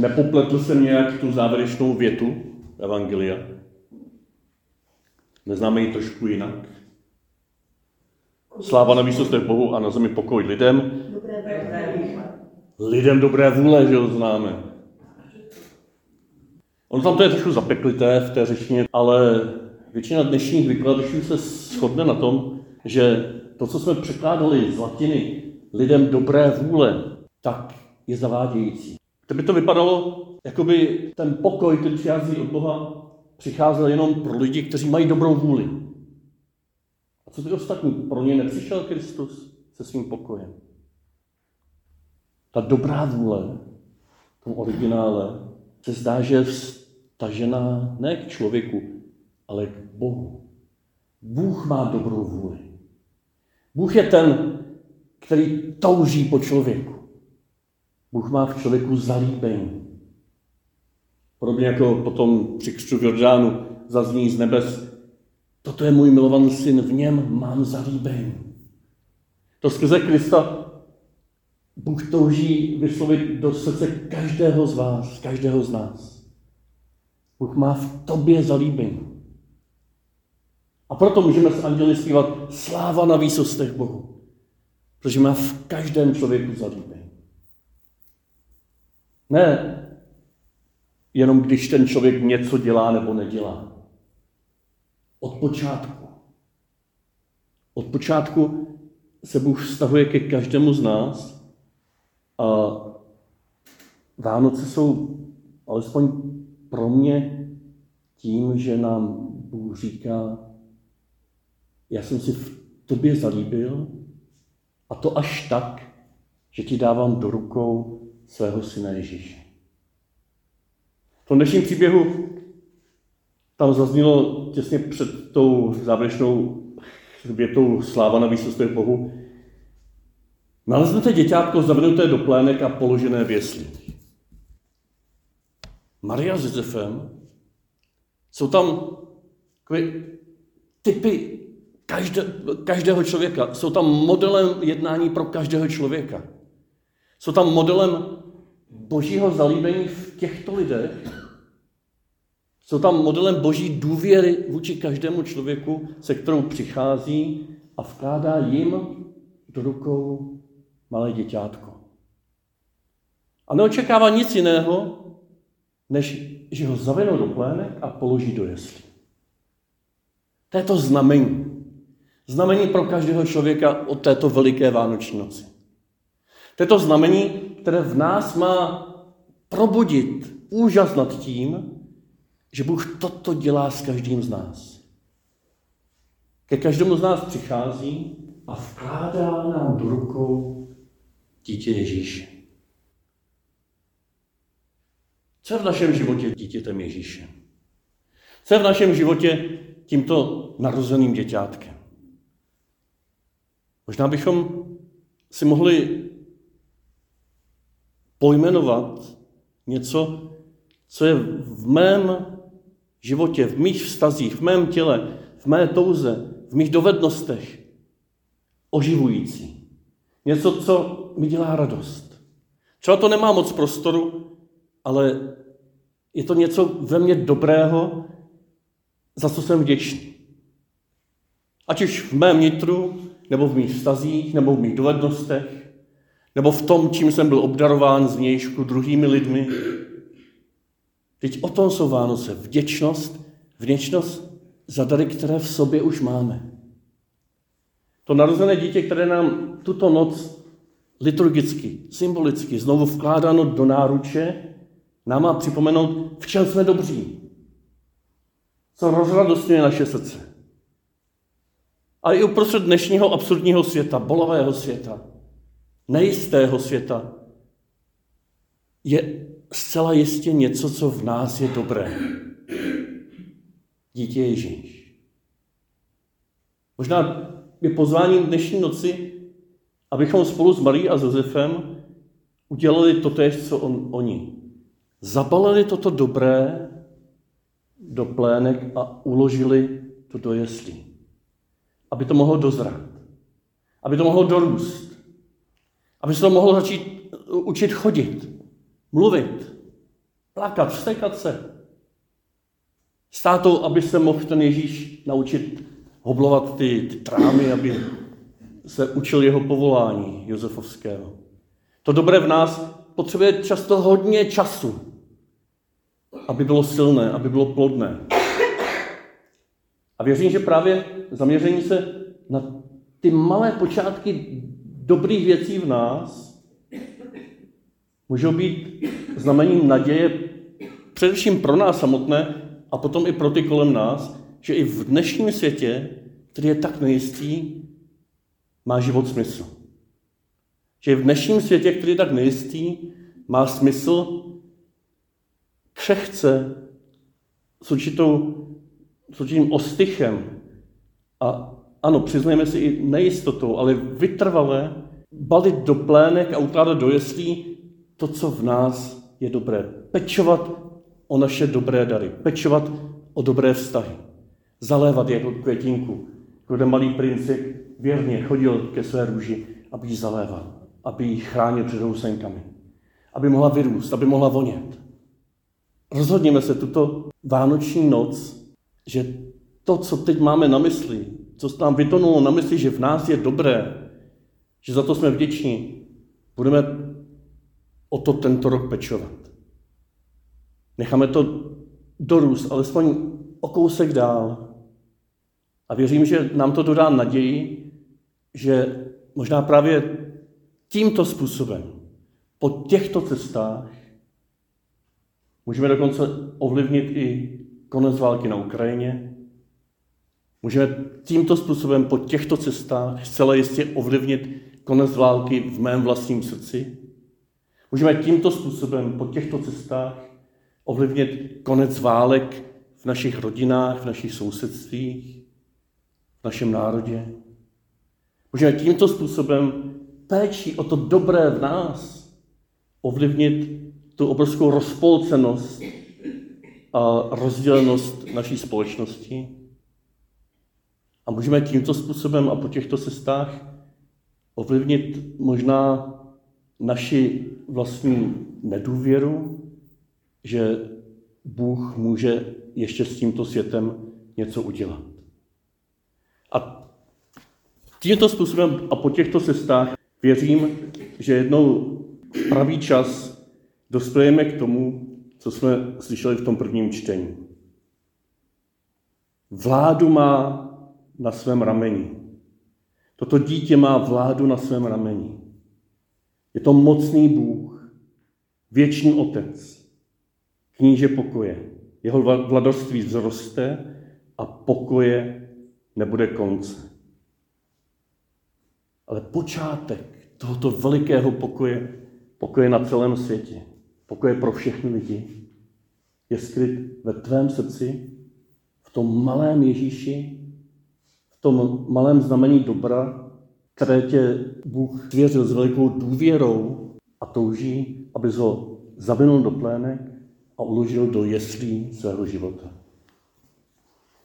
nepopletl jsem nějak tu závěrečnou větu Evangelia. Neznáme ji trošku jinak. Sláva na výsostech Bohu a na zemi pokoj lidem. Lidem dobré vůle, že ho známe. On tam to je trošku zapeklité v té řečtině, ale většina dnešních vykladačů se shodne na tom, že to, co jsme překládali z latiny lidem dobré vůle, tak je zavádějící. Kdyby to vypadalo, jakoby ten pokoj, který přichází od Boha, přicházel jenom pro lidi, kteří mají dobrou vůli. A co ty ostatní? Pro ně nepřišel Kristus se svým pokojem. Ta dobrá vůle, v tom originále, se zdá, že je vztažená ne k člověku, ale k Bohu. Bůh má dobrou vůli. Bůh je ten, který touží po člověku. Bůh má v člověku zalíbení. Podobně jako potom při křtu v Jordánu zazní z nebes: toto je můj milovaný syn, v něm mám zalíbení. To skrze Krista Bůh touží vyslovit do srdce každého z vás, každého z nás. Bůh má v tobě zalíbení. A proto můžeme s anděli zpívat sláva na výsostech Bohu. Protože má v každém člověku zalíbení. Ne jenom když ten člověk něco dělá nebo nedělá. Od počátku. Od počátku se Bůh vztahuje ke každému z nás a Vánoce jsou alespoň pro mě tím, že nám Bůh říká: já jsem si v tobě zalíbil, a to až tak, že ti dávám do rukou svého syna Ježíše. V tom dnešním příběhu tam zaznělo těsně před tou závěrečnou větou sláva na výsostech Bohu: naleznete děťátko zavinuté do plének a položené v jeslích. Maria s Josefem jsou tam typy každého člověka. Jsou tam modelem jednání pro každého člověka. Jsou tam modelem božího zalíbení v těchto lidech. Jsou tam modelem boží důvěry vůči každému člověku, se kterou přichází a vkládá jim do rukou malé děťátko. A neočekává nic jiného, než že ho zavenou do plének a položí do jeslí. To je to znamení. Znamení pro každého člověka od této veliké vánoční noci. To je to znamení, které v nás má probudit úžas nad tím, že Bůh toto dělá s každým z nás. Ke každému z nás přichází a vkládá nám do rukou dítě Ježíše. Co je v našem životě dítětem Ježíše? Co je v našem životě tímto narozeným děťátkem? Možná bychom si mohli pojmenovat něco, co je v mém životě, v mých vztazích, v mém těle, v mé touze, v mých dovednostech oživující. Něco, co mi dělá radost. Třeba to nemá moc prostoru, ale je to něco ve mně dobrého, za co jsem vděčný. Ať už v mém nitru, nebo v mých vztazích, nebo v mých dovednostech, nebo v tom, čím jsem byl obdarován zvnějšku druhými lidmi. Teď o tom jsou Vánoce. Vděčnost za dary, které v sobě už máme. To narozené dítě, které nám tuto noc liturgicky, symbolicky znovu vkládáno do náruče, nám má připomenout, v čem jsme dobří. Co rozradostňuje naše srdce. Ale i uprostřed dnešního absurdního světa, bolavého světa, nejistého světa, je zcela jistě něco, co v nás je dobré. Dítě Ježíš. Možná je pozváním dnešní noci, abychom spolu s Marií a s Josefem udělali totéž, co oni. Zabalili toto dobré do plének a uložili to do jeslí. Aby to mohlo dozrát. Aby to mohlo dorůst. Aby se to mohlo začít učit chodit, mluvit, plakat, vztekat se. Stát to, aby se mohl ten Ježíš naučit hoblovat ty trámy, aby se učil jeho povolání josefovského. To dobré v nás potřebuje často hodně času, aby bylo silné, aby bylo plodné. A věřím, že právě zaměření se na ty malé počátky dobrých věcí v nás můžou být znamením naděje především pro nás samotné a potom i pro ty kolem nás, že i v dnešním světě, který je tak nejistý, má život smysl. Že i v dnešním světě, který je tak nejistý, má smysl křehce s určitým ostychem a ano, přiznajme si i nejistotou, ale vytrvale balit do plének a ukládat do jeslí to, co v nás je dobré. Pečovat o naše dobré dary, pečovat o dobré vztahy, zalévat jako květinku, kde malý princip věrně chodil ke své růži, aby ji zaléval, aby ji chránil před housenkami, aby mohla vyrůst, aby mohla vonět. Rozhodněme se tuto vánoční noc, že to, co teď máme na mysli, co nám vytonulo na mysli, že v nás je dobré, že za to jsme vděční, budeme o to tento rok pečovat. Necháme to dorůst, alespoň o kousek dál. A věřím, že nám to dodá naději, že možná právě tímto způsobem, po těchto cestách, můžeme dokonce ovlivnit i konec války na Ukrajině. Můžeme tímto způsobem po těchto cestách zcela jistě ovlivnit konec války v mém vlastním srdci. Můžeme tímto způsobem po těchto cestách ovlivnit konec válek v našich rodinách, v našich sousedstvích, v našem národě. Můžeme tímto způsobem péčí o to dobré v nás ovlivnit tu obrovskou rozpolcenost a rozdělenost naší společnosti. A můžeme tímto způsobem a po těchto cestách ovlivnit možná naši vlastní nedůvěru, že Bůh může ještě s tímto světem něco udělat. A tímto způsobem a po těchto cestách věřím, že jednou v pravý čas dospějeme k tomu, co jsme slyšeli v tom prvním čtení. Vládu má na svém rameni. Toto dítě má vládu na svém rameni. Je to mocný Bůh, věčný Otec, kníže pokoje. Jeho vladorství vzroste a pokoje nebude konce. Ale počátek tohoto velikého pokoje na celém světě, pokoje pro všechny lidi, je skryt ve tvém srdci, v tom malém Ježíši, v tom malém znamení dobra, které tě Bůh svěřil s velikou důvěrou a touží, abys ho zavinul do plének a uložil do jeslí svého života.